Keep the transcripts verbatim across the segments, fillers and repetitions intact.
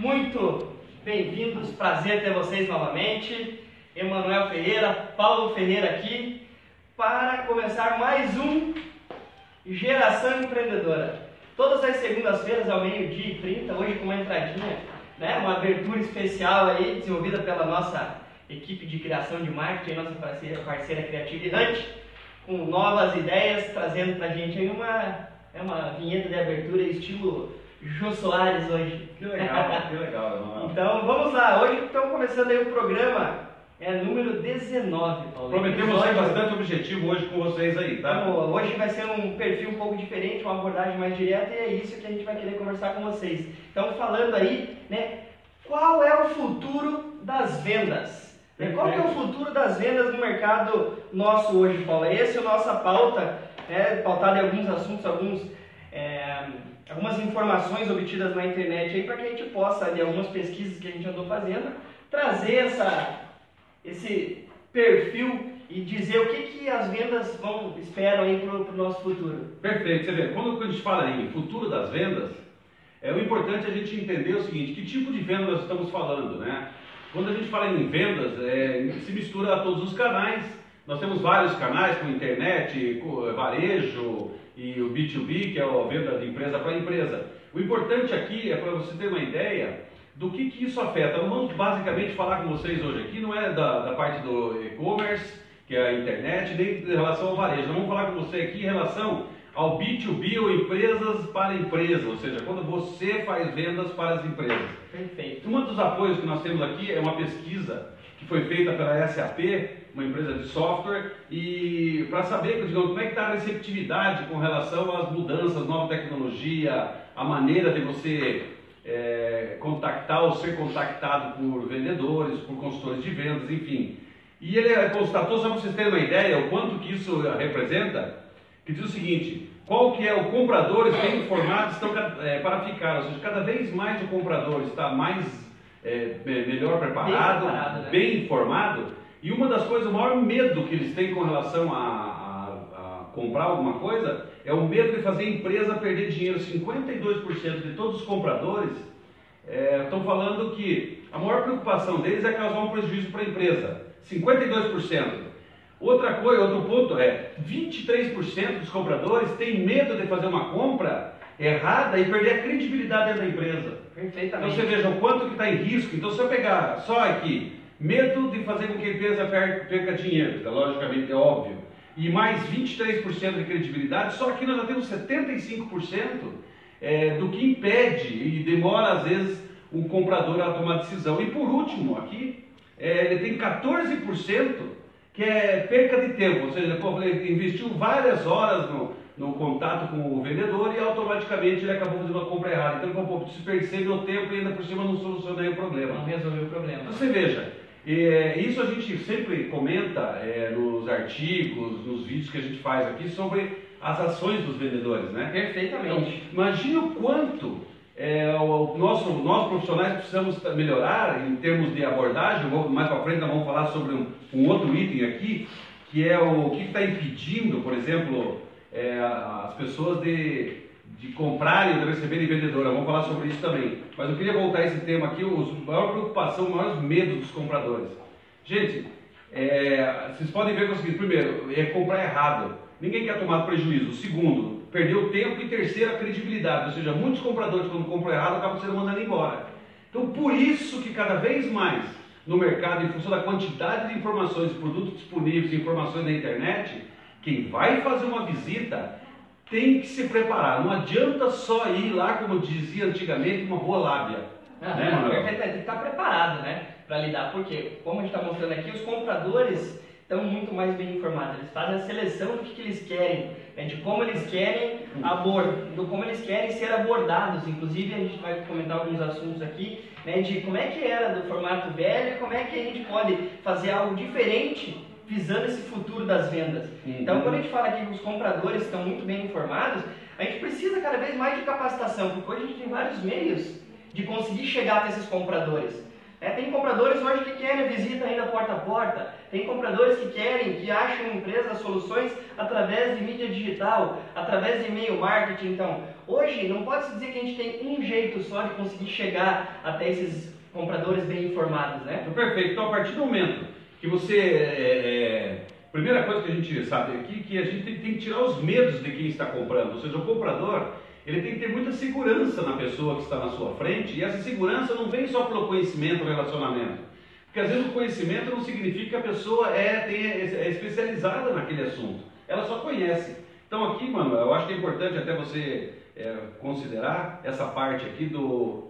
Muito bem-vindos, prazer ter vocês novamente. Emanuel Ferreira, Paulo Ferreira aqui, para começar mais um Geração Empreendedora. Todas as segundas-feiras ao meio-dia e trinta, hoje com uma entradinha, né, uma abertura especial aí, desenvolvida pela nossa equipe de criação de marketing, nossa parceira, parceira Criatividade, com novas ideias, trazendo pra gente aí uma, é uma vinheta de abertura estilo Jô Soares hoje. Que legal, que legal. Então vamos lá, hoje estamos começando aí o programa é, número dezenove, Paulo. Prometemos ser bastante objetivo hoje com vocês aí, tá? Então, hoje vai ser um perfil um pouco diferente, uma abordagem mais direta e é isso que a gente vai querer conversar com vocês. Então falando aí, né, qual é o futuro das vendas? Né? Qual que é o futuro das vendas no mercado nosso hoje, Paulo? Essa é a nossa pauta, né, pautada em alguns assuntos, alguns... É, algumas informações obtidas na internet aí para que a gente possa, de algumas pesquisas que a gente andou fazendo, trazer essa, esse perfil e dizer o que, que as vendas vão, esperam aí para o nosso futuro. Perfeito, você vê, quando a gente fala em futuro das vendas, é o importante a gente entender o seguinte, que tipo de venda nós estamos falando, né? Quando a gente fala em vendas, é, se mistura a todos os canais, nós temos vários canais, como internet, varejo e o B dois B, que é a venda de empresa para empresa. O importante aqui é para você ter uma ideia do que, que isso afeta. Nós vamos basicamente falar com vocês hoje aqui, não é da, da parte do e-commerce, que é a internet, nem em relação ao varejo. Nós vamos falar com você aqui em relação ao B dois B, ou empresas para empresa, ou seja, quando você faz vendas para as empresas. Perfeito. Um dos apoios que nós temos aqui é uma pesquisa que foi feita pela S A P, uma empresa de software, e para saber, digamos, como é que está a receptividade com relação às mudanças, nova tecnologia, a maneira de você é, contactar ou ser contactado por vendedores, por consultores de vendas, enfim. E ele constatou, só para vocês terem uma ideia, o quanto que isso representa, que diz o seguinte: qual que é o comprador bem informado estão é, para ficar, ou seja, cada vez mais o comprador está mais é, melhor preparado, bem, preparado, né? bem informado. E uma das coisas, o maior medo que eles têm com relação a, a, a comprar alguma coisa é o medo de fazer a empresa perder dinheiro. cinquenta e dois por cento de todos os compradores é, estão falando que a maior preocupação deles é causar um prejuízo para a empresa. cinquenta e dois por cento. Outra coisa, outro ponto é, vinte e três por cento dos compradores têm medo de fazer uma compra errada e perder a credibilidade dentro da empresa. Perfeitamente. Então você veja o quanto que está em risco. Então se eu pegar só aqui, medo de fazer com que a empresa perca dinheiro, que logicamente é óbvio, e mais vinte e três por cento de credibilidade, só que nós já temos setenta e cinco por cento é, do que impede e demora às vezes um comprador a tomar decisão. E por último aqui, é, ele tem quatorze por cento que é perca de tempo, ou seja, ele investiu várias horas no, no contato com o vendedor e automaticamente ele acabou fazendo uma compra errada. Então ele acabou desperdicando o tempo e ainda por cima não solucionou o problema. Não resolveu o problema. Então você veja, é, isso a gente sempre comenta é, nos artigos, nos vídeos que a gente faz aqui sobre as ações dos vendedores, né? Perfeitamente. Então, imagine o quanto é, o nosso, nós profissionais precisamos melhorar em termos de abordagem. Mais para frente nós vamos falar sobre um, um outro item aqui, que é o que está impedindo, por exemplo, é, as pessoas de, de comprarem ou de receberem vendedora. Vamos falar sobre isso também. Mas eu queria voltar a esse tema aqui, a maior preocupação, os maiores medos dos compradores. Gente, é, vocês podem ver que é o seguinte: primeiro, é comprar errado. Ninguém quer tomar prejuízo. Segundo, perdeu tempo. E terceiro, a credibilidade. Ou seja, muitos compradores, quando compram errado, acabam sendo mandados embora. Então, por isso que cada vez mais no mercado, em função da quantidade de informações, produtos disponíveis, informações na internet, quem vai fazer uma visita tem que se preparar. Não adianta só ir lá, como dizia antigamente, uma boa lábia. Ah, né, não, perfeito, tem que estar preparado, né, para lidar. Porque, como a gente está mostrando aqui, os compradores estão muito mais bem informados. Eles fazem a seleção do que, que eles querem, né, de como eles querem abordar, do como eles querem ser abordados. Inclusive, a gente vai comentar alguns assuntos aqui, né, de como é que era do formato velho e como é que a gente pode fazer algo diferente visando esse futuro das vendas. Uhum. Então, quando a gente fala aqui que os compradores estão muito bem informados, a gente precisa cada vez mais de capacitação, porque hoje a gente tem vários meios de conseguir chegar até esses compradores. É, tem compradores hoje que querem visita ainda porta a porta, Tem compradores que querem, que acham empresas, soluções através de mídia digital, através de e-mail marketing. Então, hoje não pode se dizer que a gente tem um jeito só de conseguir chegar até esses compradores bem informados, né? Perfeito. Então, a partir do momento que você... É, é, primeira coisa que a gente sabe aqui, que a gente tem, tem que tirar os medos de quem está comprando. Ou seja, o comprador, ele tem que ter muita segurança na pessoa que está na sua frente, e essa segurança não vem só pelo conhecimento, relacionamento. Porque às vezes o conhecimento não significa que a pessoa é, tem, é especializada naquele assunto. Ela só conhece. Então aqui, mano, eu acho que é importante até você é, considerar essa parte aqui do...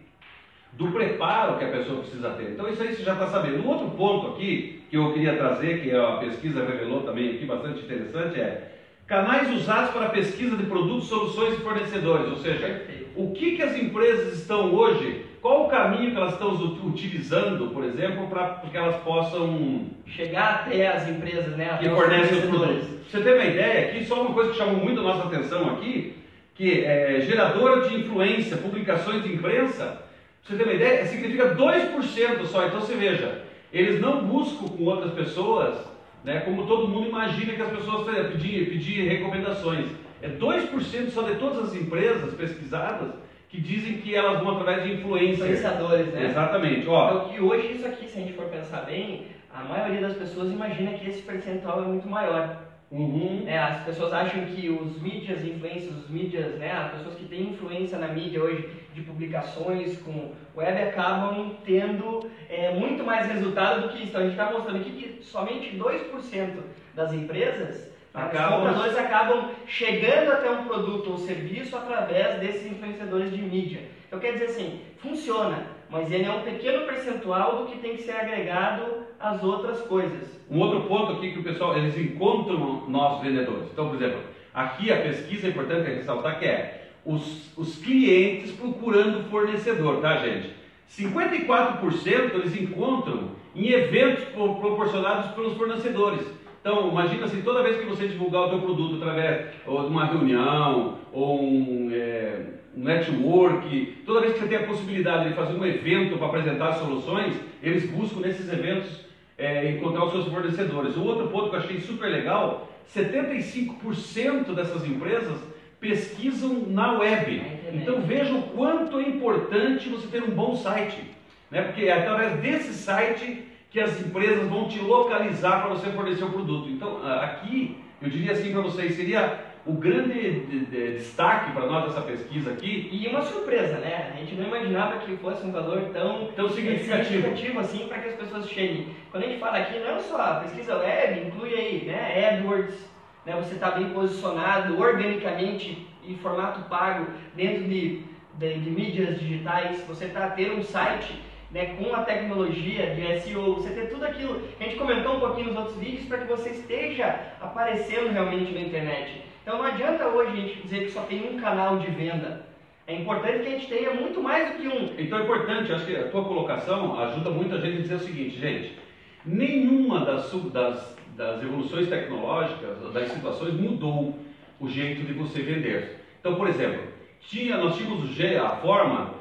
do preparo que a pessoa precisa ter. Então isso aí você já está sabendo. Um outro ponto aqui que eu queria trazer, que a pesquisa revelou também aqui, bastante interessante, é canais usados para pesquisa de produtos, soluções e fornecedores. Ou seja, o que, que as empresas estão hoje, qual o caminho que elas estão utilizando, por exemplo, para que elas possam chegar até as empresas, né, que fornecem os produtos. Você tem uma ideia aqui, só uma coisa que chamou muito a nossa atenção aqui, que é geradora de influência, publicações de imprensa. Você tem uma ideia? Significa dois por cento só. Então você veja, eles não buscam com outras pessoas, né, como todo mundo imagina que as pessoas pedir, pedir recomendações. É dois por cento só de todas as empresas pesquisadas que dizem que elas vão através de influência. Influenciadores, né? Exatamente. Ó, então, que hoje isso aqui, se a gente for pensar bem, a maioria das pessoas imagina que esse percentual é muito maior. Uhum. É, as pessoas acham que os mídias influências, os mídias, né, as pessoas que têm influência na mídia hoje de publicações com web acabam tendo é, muito mais resultado do que isso. Então a gente está mostrando aqui que somente dois por cento das empresas, acabam... os compradores acabam chegando até um produto ou serviço através desses influenciadores de mídia. Então quer dizer assim, funciona, mas ele é um pequeno percentual do que tem que ser agregado às outras coisas. Um outro ponto aqui que o pessoal, eles encontram nós vendedores. Então, por exemplo, aqui a pesquisa é importante ressaltar que é os, os clientes procurando fornecedor, tá, gente? cinquenta e quatro por cento eles encontram em eventos proporcionados pelos fornecedores. Então, imagina assim, toda vez que você divulgar o seu produto através ou de uma reunião ou um, é, um network, toda vez que você tem a possibilidade de fazer um evento para apresentar soluções, eles buscam nesses eventos é, encontrar os seus fornecedores. O outro ponto que eu achei super legal, setenta e cinco por cento dessas empresas pesquisam na web. Então veja o quanto é importante você ter um bom site, né? Porque é através desse site que as empresas vão te localizar para você fornecer o produto. Então aqui, eu diria assim para vocês, seria o grande de, de, destaque para nós dessa pesquisa aqui. E uma surpresa, né? A gente não imaginava que fosse um valor tão, tão significativo. significativo assim para que as pessoas cheguem. Quando a gente fala aqui, não é só a pesquisa web, inclui aí, né, AdWords, né, você está bem posicionado organicamente em formato pago dentro de, de, de mídias digitais, você está a ter um site, né, com a tecnologia de S E O, você ter tudo aquilo que a gente comentou um pouquinho nos outros vídeos para que você esteja aparecendo realmente na internet. Então não adianta hoje a gente dizer que só tem um canal de venda. É importante que a gente tenha muito mais do que um. Então é importante, acho que a tua colocação ajuda muito a gente a dizer o seguinte, gente, nenhuma das, das, das evoluções tecnológicas, das situações mudou o jeito de você vender. Então, por exemplo, tinha, nós tínhamos a forma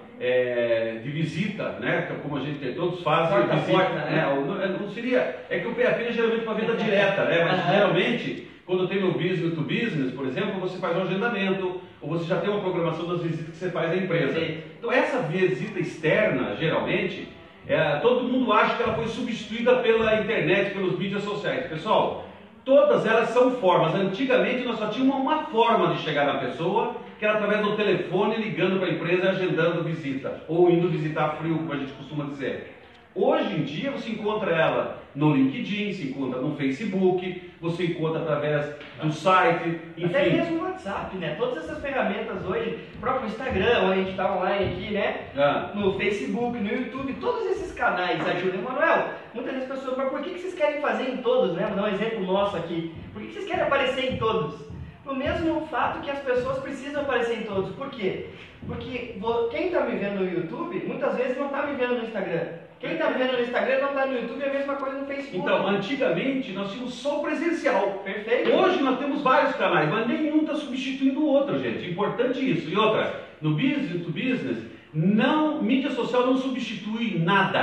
é, de visita, né, como a gente todos fazem, porta visita, porta, né? né? Não, não seria, é que o P A P é geralmente uma venda direta, né? Mas Uhum. geralmente, quando tem no business to business, por exemplo, você faz um agendamento, ou você já tem uma programação das visitas que você faz à empresa. Sim. Então essa visita externa, geralmente, é, todo mundo acha que ela foi substituída pela internet, pelos mídias sociais. Pessoal, todas elas são formas. Antigamente nós só tínhamos uma, uma forma de chegar na pessoa, que era através do telefone, ligando para a empresa e agendando visita, ou indo visitar frio, como a gente costuma dizer. Hoje em dia você encontra ela no LinkedIn, se encontra no Facebook, você encontra através do site, enfim. Até mesmo no WhatsApp, né? Todas essas ferramentas hoje, o próprio Instagram, onde a gente está online aqui, né? Ah. No Facebook, no YouTube, todos esses canais ajudam. Emanuel, muitas vezes as pessoas falam, por que vocês querem fazer em todos, né? Vou dar um exemplo nosso aqui. Por que vocês querem aparecer em todos? No mesmo fato que as pessoas precisam aparecer em todos. Por quê? Porque quem está me vendo no YouTube, muitas vezes não está me vendo no Instagram. Quem está me vendo no Instagram não está no YouTube, é a mesma coisa no Facebook. Então, antigamente nós tínhamos só o presencial. Perfeito. Hoje nós temos vários canais, mas nenhum está substituindo o outro, gente. Importante isso. E outra, no business to business, não, mídia social não substitui nada.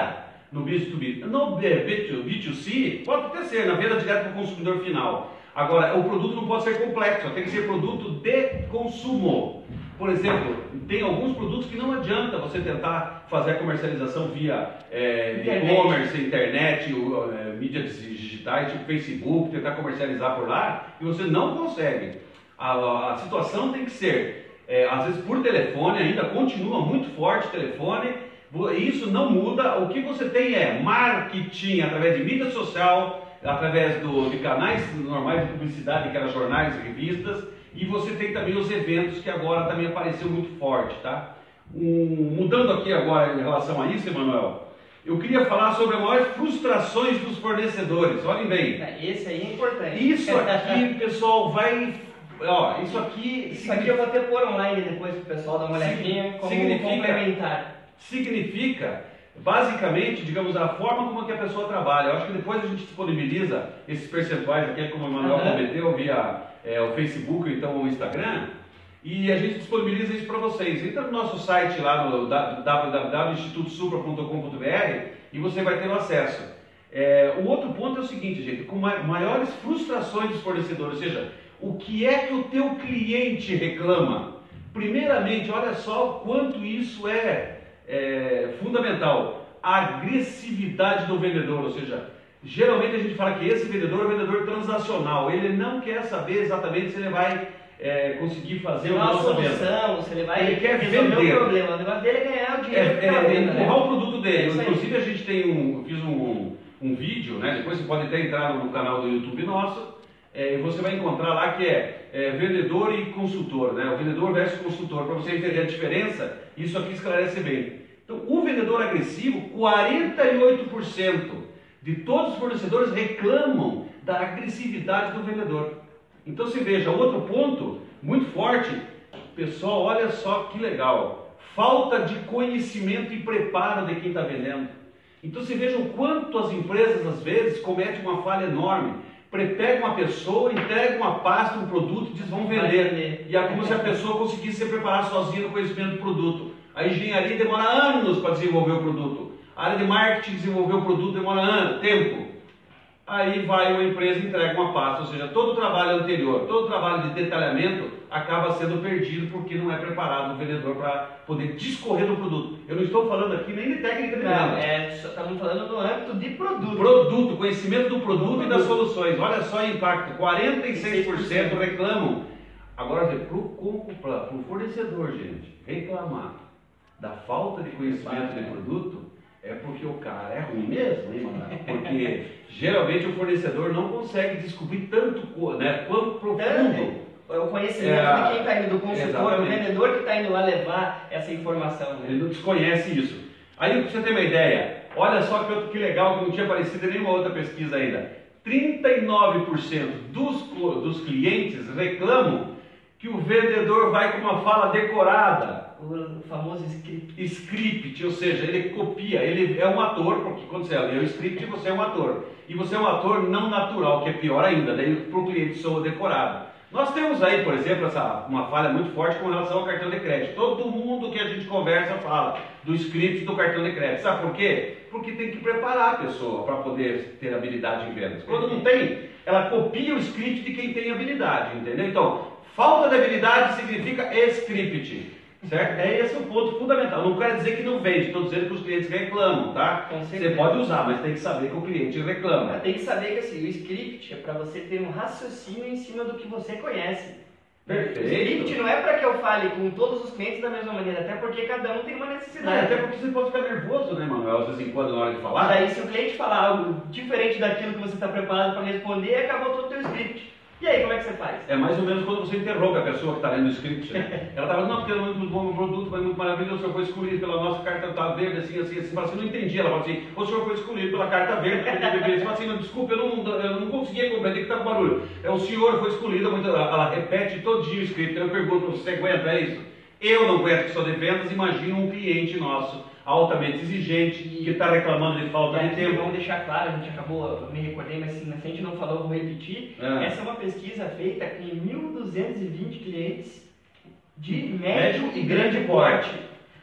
no B dois B. No B dois C, pode até ser, na venda direta para o consumidor final. Agora, o produto não pode ser complexo, tem que ser produto de consumo. Por exemplo, tem alguns produtos que não adianta você tentar fazer a comercialização via é, e-commerce, internet, o, é, mídias digitais, tipo Facebook, tentar comercializar por lá, e você não consegue. A, a situação tem que ser, é, às vezes por telefone, ainda continua muito forte o telefone, isso não muda. O que você tem é marketing através de mídia social, através do, de canais normais de publicidade, que eram jornais e revistas, e você tem também os eventos, que agora também apareceu muito forte, tá? Um, mudando aqui agora em relação a isso, Emanuel, eu queria falar sobre as maiores frustrações dos fornecedores. Olhem bem. Esse aí é importante. Isso aqui, pessoal, vai... Ó, isso aqui... Isso aqui eu vou até pôr online depois para o pessoal dar uma olhadinha, como significa, complementar. Significa... Basicamente, digamos, a forma como que a pessoa trabalha. Eu acho que depois a gente disponibiliza esses percentuais aqui, como o Emanuel uhum. prometeu, via é, o Facebook ou então o Instagram, e a gente disponibiliza isso para vocês. Entra no nosso site lá no w w w ponto instituto supra ponto com ponto b r e você vai ter o acesso. É, o outro ponto é o seguinte, gente, com maiores frustrações dos fornecedores, ou seja, o que é que o teu cliente reclama? Primeiramente, olha só o quanto isso é... É fundamental, a agressividade do vendedor, ou seja, geralmente a gente fala que esse vendedor é um vendedor transacional, ele não quer saber exatamente se ele vai é, conseguir fazer uma solução, se ele vai ele quer resolver vender. o problema, o negócio dele é ganhar o dinheiro é, que tá é, vendo, empurrar né? o produto dele. É Inclusive a gente tem um, eu fiz um, um vídeo, né? Depois você pode até entrar no canal do YouTube nosso, é, você vai encontrar lá que é, é vendedor e consultor, né? O vendedor versus consultor, para você entender a diferença, isso aqui esclarece bem. Então, o vendedor agressivo, quarenta e oito por cento de todos os fornecedores reclamam da agressividade do vendedor. Então, se veja, outro ponto muito forte, pessoal, olha só que legal, falta de conhecimento e preparo de quem está vendendo. Então, se veja o quanto as empresas, às vezes, cometem uma falha enorme. Pega uma pessoa, entrega uma pasta, um produto e diz, vão vender. E é como se a pessoa conseguisse se preparar sozinha no conhecimento do produto. A engenharia demora anos para desenvolver o produto. A área de marketing desenvolver o produto demora anos, tempo. Aí vai uma empresa e entrega uma pasta, ou seja, todo o trabalho anterior, todo o trabalho de detalhamento acaba sendo perdido porque não é preparado o vendedor para poder discorrer do produto. Eu não estou falando aqui nem de técnica de venda. Não, é, estamos falando no âmbito de produto. Produto, conhecimento do produto, produto e das soluções. Olha só o impacto, quarenta e seis por cento reclamam. Agora, para o fornecedor, gente, reclamar da falta de conhecimento de produto, é porque o cara é ruim mesmo, hein, mano? Porque geralmente o fornecedor não consegue descobrir tanto, né, quanto profundo. É o conhecimento é, de quem está indo, do consultor, exatamente. O vendedor que está indo lá levar essa informação. Né? Ele não desconhece isso. Aí, para você ter uma ideia, olha só que, que legal, que não tinha aparecido em nenhuma outra pesquisa ainda. trinta e nove por cento dos, dos clientes reclamam que o vendedor vai com uma fala decorada. O famoso script. Script, ou seja, ele copia, ele é um ator, porque quando você lê o script, você é um ator. E você é um ator não natural, que é pior ainda, daí para o cliente soa decorado. Nós temos aí, por exemplo, essa, uma falha muito forte com relação ao cartão de crédito. Todo mundo que a gente conversa fala do script do cartão de crédito. Sabe por quê? Porque tem que preparar a pessoa para poder ter habilidade em vendas. Quando não tem, ela copia o script de quem tem habilidade, entendeu? Então, falta de habilidade significa script. Certo? É esse o ponto fundamental. Não quer dizer que não vende, estou dizendo que os clientes reclamam, tá? Você pode usar, mas tem que saber que o cliente reclama. Tem que saber que assim, o script é para você ter um raciocínio em cima do que você conhece. Perfeito. O script não é para que eu fale com todos os clientes da mesma maneira, até porque cada um tem uma necessidade. É, até porque você pode ficar nervoso, né, Manuel, de vez em quando na hora de falar. Daí se o cliente falar algo diferente daquilo que você está preparado para responder, acabou todo o teu script. E aí, como é que você faz? É mais ou menos quando você interroga a pessoa que está lendo o script, né? Ela está falando, não, porque é muito bom o produto, mas muito maravilhoso, o senhor foi escolhido pela nossa carta tá verde, assim, assim, assim. Você fala assim, não entendi. Ela fala assim, o senhor foi escolhido pela carta verde, você fala assim, desculpa, eu não, eu não conseguia compreender que está com barulho. É, o senhor foi escolhido, ela repete todinho o script, então eu pergunto, você aguenta isso? Eu não aguento que sou de vendas, imagina um cliente nosso, altamente exigente, que está reclamando de falta de tempo. Vamos deixar claro, a gente acabou, eu me recordei, mas se a gente não falou, eu vou repetir. É. Essa é uma pesquisa feita com mil duzentos e vinte clientes de médio, médio e grande porte.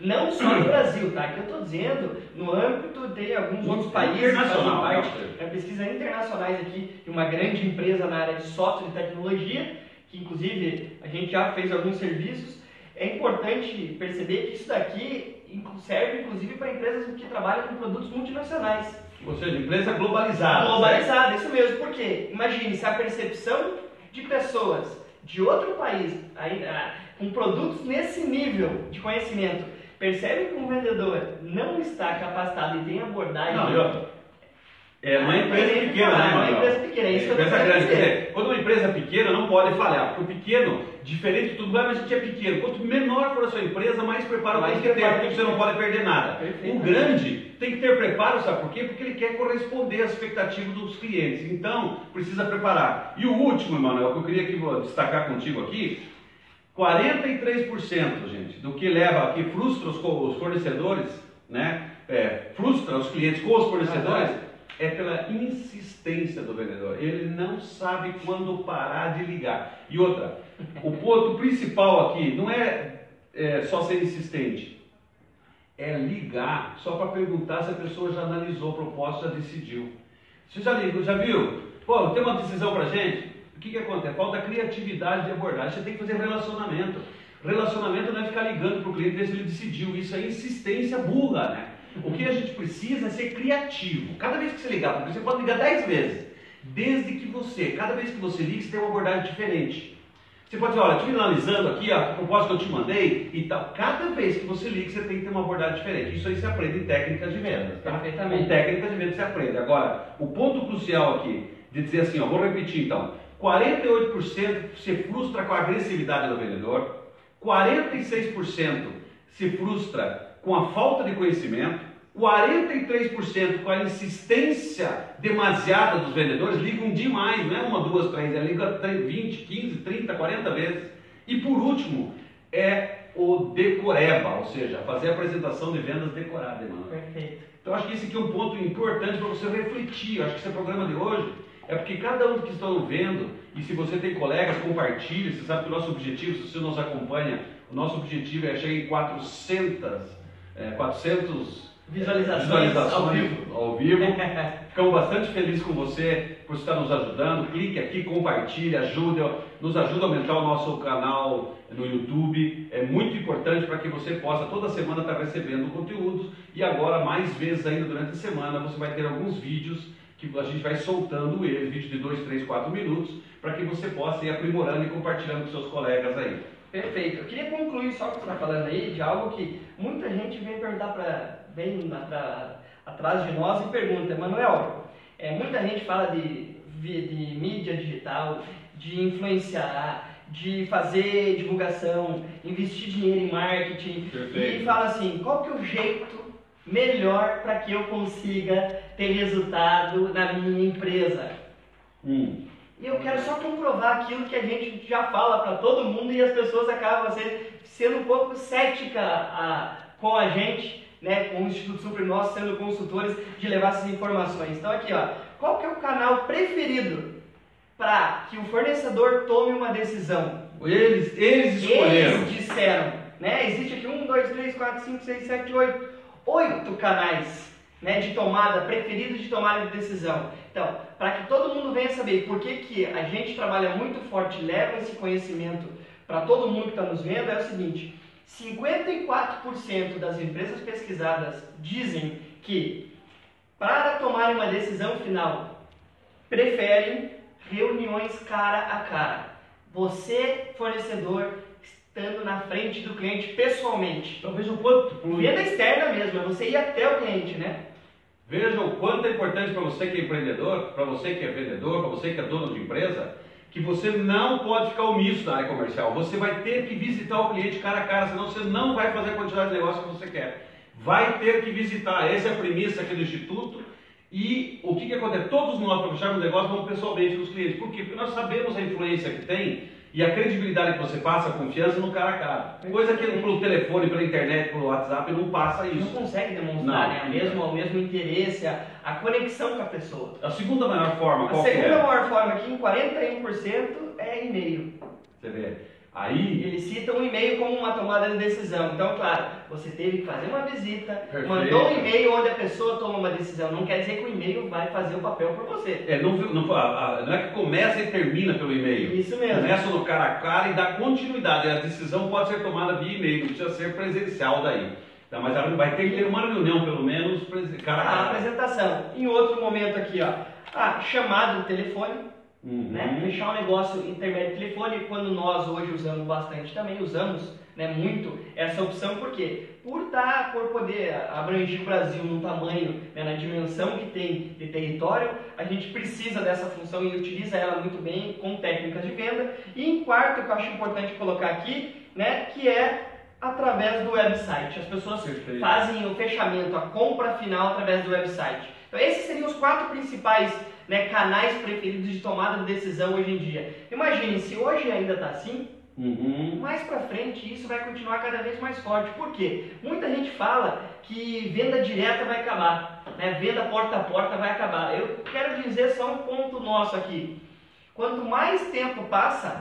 Não só no Brasil, tá? Que eu estou dizendo, no âmbito de alguns outros países que fazem parte de pesquisas internacionais aqui, de uma grande empresa na área de software e tecnologia, que inclusive a gente já fez alguns serviços. É importante perceber que isso daqui serve inclusive para empresas que trabalham com produtos multinacionais. Ou seja, empresa globalizada. Globalizada, né? Isso mesmo. Por quê? Imagine se a percepção de pessoas de outro país, aí, ah, com produtos nesse nível de conhecimento, percebe que um vendedor não está capacitado e tem abordagem... Não, eu... É uma empresa pequena, falar, né, é uma empresa pequena, é isso é, que eu empresa tô grande, dizer. quer dizer, quando uma empresa pequena não pode falhar, porque o pequeno, diferente de tudo, mas a gente é pequeno. Quanto menor for a sua empresa, mais preparo mais tem que ter, porque você não pode perder nada. Perfeito. O grande tem que ter preparo, sabe por quê? Porque ele quer corresponder às expectativas dos clientes. Então, precisa preparar. E o último, Emanuel, que eu queria que vou destacar contigo aqui, quarenta e três por cento, gente, do que leva, que frustra os, os fornecedores, né? É, frustra os clientes com os fornecedores, é pela insistência do vendedor. Ele não sabe quando parar de ligar. E outra, o ponto principal aqui não é, é só ser insistente, é ligar só para perguntar se a pessoa já analisou a proposta, já decidiu. Você já ligou, já viu? Pô, tem uma decisão para gente? O que que acontece? Falta criatividade de abordagem. Você tem que fazer relacionamento. Relacionamento não é ficar ligando para o cliente ver se ele decidiu. Isso é insistência burra, né? O que a gente precisa é ser criativo. Cada vez que você ligar para o cliente, você pode ligar dez vezes. Desde que você, cada vez que você liga, você tem uma abordagem diferente. Você pode dizer, olha, estive analisando aqui a proposta que eu te mandei e tal. Cada vez que você liga, você tem que ter uma abordagem diferente. Isso aí você aprende em técnicas de vendas, tá? Perfeitamente. Com técnicas de vendas você aprende. Agora, o ponto crucial aqui, de dizer assim, ó, vou repetir então. quarenta e oito por cento se frustra com a agressividade do vendedor. quarenta e seis por cento se frustra com a falta de conhecimento, quarenta e três por cento com a insistência demasiada dos vendedores, ligam demais, não é uma, duas, três, é liga vinte, quinze, trinta, quarenta vezes. E por último, é o decoreba, ou seja, fazer a apresentação de vendas decorada, mano. Perfeito. Então acho que esse aqui é um ponto importante para você refletir. Eu acho que esse programa de hoje é porque cada um que estão vendo, e se você tem colegas, compartilhe. Você sabe que o nosso objetivo, se você nos acompanha, o nosso objetivo é chegar em quatrocentas, é, quatrocentas visualizações, visualizações ao vivo. Ao vivo. Ficamos bastante felizes com você por estar nos ajudando. Clique aqui, compartilhe, ajude, nos ajuda a aumentar o nosso canal no YouTube. É muito importante para que você possa toda semana estar recebendo conteúdos. E agora, mais vezes ainda durante a semana, você vai ter alguns vídeos que a gente vai soltando eles, vídeos de dois, três, quatro minutos, para que você possa ir aprimorando e compartilhando com seus colegas aí. Perfeito. Eu queria concluir só o que você está falando aí, de algo que muita gente vem perguntar pra, bem atra, atrás de nós e pergunta, Emanuel, é, muita gente fala de, de mídia digital, de influenciar, de fazer divulgação, investir dinheiro em marketing. Perfeito. E fala assim, qual que é o jeito melhor para que eu consiga ter resultado na minha empresa? Hum. E eu quero só comprovar aquilo que a gente já fala para todo mundo e as pessoas acabam sendo um pouco céticas a, com a gente, né, com o Instituto Super, nós sendo consultores, de levar essas informações. Então aqui, ó, qual que é o canal preferido para que o fornecedor tome uma decisão? Eles, eles escolheram. Eles disseram, né? Existe aqui um, dois, três, quatro, cinco, seis, sete, oito, oito canais, né, de tomada, preferidos de tomada de decisão. Então, para que todo mundo venha saber por que, que a gente trabalha muito forte e leva esse conhecimento para todo mundo que está nos vendo, é o seguinte, cinquenta e quatro por cento das empresas pesquisadas dizem que, para tomarem uma decisão final, preferem reuniões cara a cara. Você, fornecedor, estando na frente do cliente pessoalmente. Então veja o quanto... Venda externa mesmo, é você ir até o cliente, né? Veja o quanto é importante para você que é empreendedor, para você que é vendedor, para você que é dono de empresa, que você não pode ficar omisso na área comercial. Você vai ter que visitar o cliente cara a cara, senão você não vai fazer a quantidade de negócio que você quer. Vai ter que visitar. Essa é a premissa aqui do Instituto. E o que, que acontece? Todos nós, para fecharmos o negócio, vamos pessoalmente nos clientes. Por quê? Porque nós sabemos a influência que tem e a credibilidade que você passa, a confiança no cara a cara. Coisa que pelo telefone, pela internet, pelo WhatsApp, não passa isso. Não consegue demonstrar, não, né? A mesmo, o mesmo interesse, a, a conexão com a pessoa. A segunda maior forma, a qual que é? A segunda maior forma aqui, em quarenta e um por cento, é e-mail. Você vê. Aí... Ele cita um e-mail como uma tomada de decisão. Então, claro, você teve que fazer uma visita, Perfeito. Mandou um e-mail onde a pessoa toma uma decisão. Não quer dizer que o e-mail vai fazer o papel por você. É, não, não, não é que começa e termina pelo e-mail. Isso mesmo. Começa no cara a cara e dá continuidade. A decisão pode ser tomada via e-mail, não precisa ser presencial daí. Tá, mas vai ter que ter uma reunião, pelo menos, cara a cara. A apresentação. Em outro momento aqui, ó, a chamada do telefone. Uhum. Né? Fechar um negócio intermédio de telefone, quando nós hoje usamos bastante também, usamos, né, muito essa opção, por quê? Por, dar, por poder abranger o Brasil num tamanho, né, na dimensão que tem de território, a gente precisa dessa função e utiliza ela muito bem com técnicas de venda. E em quarto, que eu acho importante colocar aqui, né, que é através do website. As pessoas Perfeito. Fazem o fechamento, a compra final através do website. Então esses seriam os quatro principais, né, canais preferidos de tomada de decisão hoje em dia. Imagine, se hoje ainda está assim, uhum. mais para frente isso vai continuar cada vez mais forte. Por quê? Muita gente fala que venda direta vai acabar, né? Venda porta a porta vai acabar. Eu quero dizer só um ponto nosso aqui. Quanto mais tempo passa,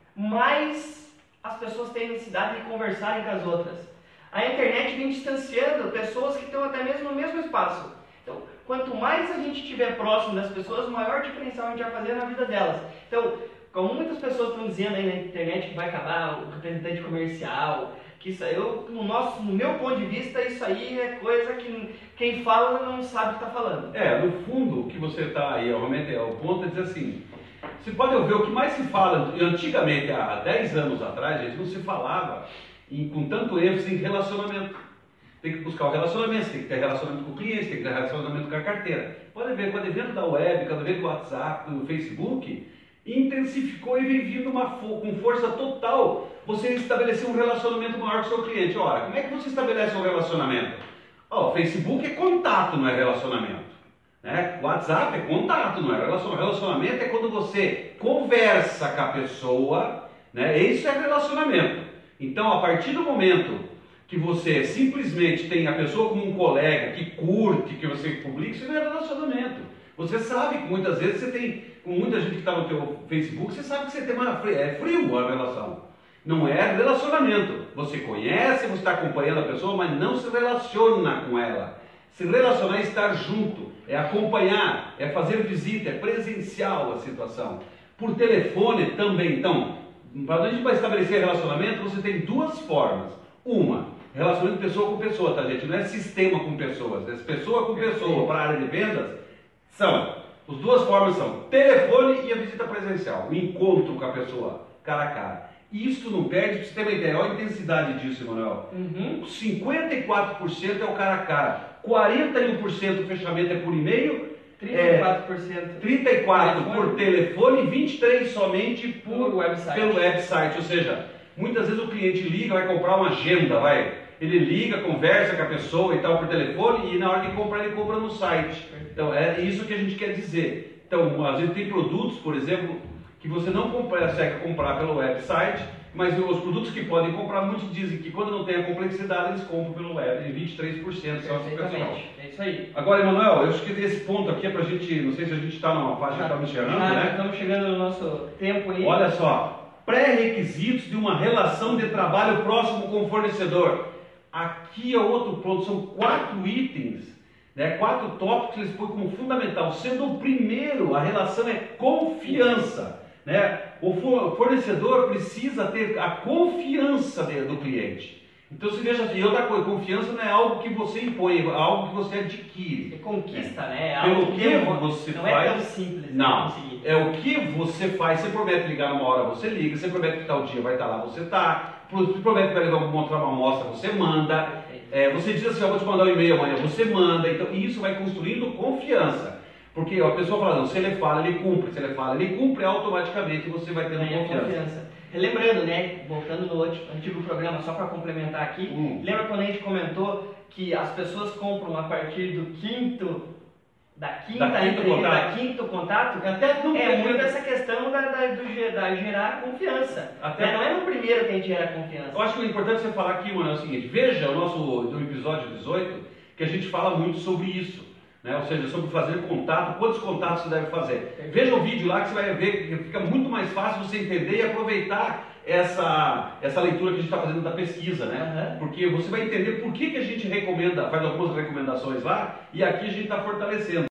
mais as pessoas têm necessidade de conversarem com as outras. A internet vem distanciando pessoas que estão até mesmo no mesmo espaço. Então, quanto mais a gente estiver próximo das pessoas, maior diferencial a gente vai fazer na vida delas. Então, como muitas pessoas estão dizendo aí na internet que vai acabar o representante comercial, que isso eu, no, nosso, no meu ponto de vista, isso aí é coisa que quem fala não sabe o que está falando. É, no fundo, o que você está aí, realmente, é o ponto é dizer assim, você pode ver o que mais se fala, antigamente, há dez anos atrás, gente, não se falava em, com tanto ênfase em relacionamento. Tem que buscar o relacionamento, você tem que ter relacionamento com o cliente, tem que ter relacionamento com a carteira. Pode ver, com o advento da web, com o advento do WhatsApp, do Facebook, intensificou e vem vindo uma, com força total você estabelecer um relacionamento maior com o seu cliente. Ora, como é que você estabelece um relacionamento? O oh, Facebook é contato, não é relacionamento. Né? O WhatsApp é contato, não é relacionamento. Relacionamento é quando você conversa com a pessoa, né? Isso é relacionamento. Então, a partir do momento que você simplesmente tem a pessoa como um colega que curte, que você publica, isso não é relacionamento. Você sabe que muitas vezes você tem, com muita gente que está no teu Facebook, você sabe que você tem uma, é frio a relação. Não é relacionamento. Você conhece, você está acompanhando a pessoa, mas não se relaciona com ela. Se relacionar é estar junto, é acompanhar, é fazer visita, é presencial a situação. Por telefone também. Então, para a gente estabelecer relacionamento, você tem duas formas. Uma, relacionamento pessoa com pessoa, tá, gente? Não é sistema com pessoas, é pessoa com pessoa. Para a área de vendas, são, as duas formas são telefone e a visita presencial, o encontro com a pessoa, cara a cara. Isso não perde, para você ter uma ideia, olha a intensidade disso, Emanuel. Uhum. cinquenta e quatro por cento é o cara a cara, quarenta e um por cento o fechamento é por e-mail, trinta e quatro por cento, é, trinta e quatro por cento por telefone e vinte e três por cento somente por, website. pelo website, ou seja, muitas vezes o cliente liga, vai comprar uma agenda, vai. Ele liga, conversa com a pessoa e tal por telefone e na hora de comprar ele compra no site. Então é isso que a gente quer dizer. Então, às vezes tem produtos, por exemplo, que você não consegue comprar pelo website, mas os produtos que podem comprar, muitos dizem que quando não tem a complexidade, eles compram pelo web, em vinte e três por cento só esse pessoal. É isso aí. Agora, Emanuel, eu acho que esse ponto aqui é pra gente, não sei se a gente está numa faixa que estamos chegando, já, né? Estamos chegando no nosso tempo aí. Olha só, pré-requisitos de uma relação de trabalho próximo com o fornecedor. Aqui é outro ponto, são quatro itens, né, quatro tópicos que eles põem como fundamental, sendo o primeiro, a relação é confiança. Né? O fornecedor precisa ter a confiança do cliente. Então você veja assim, outra coisa, confiança não é algo que você impõe, é algo que você adquire. Você conquista, é. né? É Pelo algo que, que você não faz. é tão simples. Não, é o que você faz. Você promete ligar numa hora, você liga. Você promete que tal dia vai estar lá, você está. Você promete que vai levar, mostrar uma amostra, você manda. É, você diz assim, eu vou te mandar um e-mail amanhã, você manda. Então isso vai construindo confiança. Porque a pessoa fala, não, se ele fala, ele cumpre. Se ele fala, ele cumpre, automaticamente você vai tendo confiança. confiança. Relembrando, né, voltando no antigo programa, só para complementar aqui, hum. lembra quando a gente comentou que as pessoas compram a partir do quinto, da quinta, da quinto, entre, contato. Da quinto contato? Até no é muito essa questão da, da, do, da gerar confiança. Até não é no primeiro que a gente gera confiança. Eu acho que o importante você falar aqui, mano, é o seguinte, veja o nosso do episódio dezoito, que a gente fala muito sobre isso. Né? Ou seja, sobre fazer contato, quantos contatos você deve fazer. Veja o vídeo lá que você vai ver que fica muito mais fácil você entender e aproveitar essa, essa leitura que a gente está fazendo da pesquisa, né? Uhum. Porque você vai entender por que, que a gente recomenda, faz algumas recomendações lá, e aqui a gente está fortalecendo.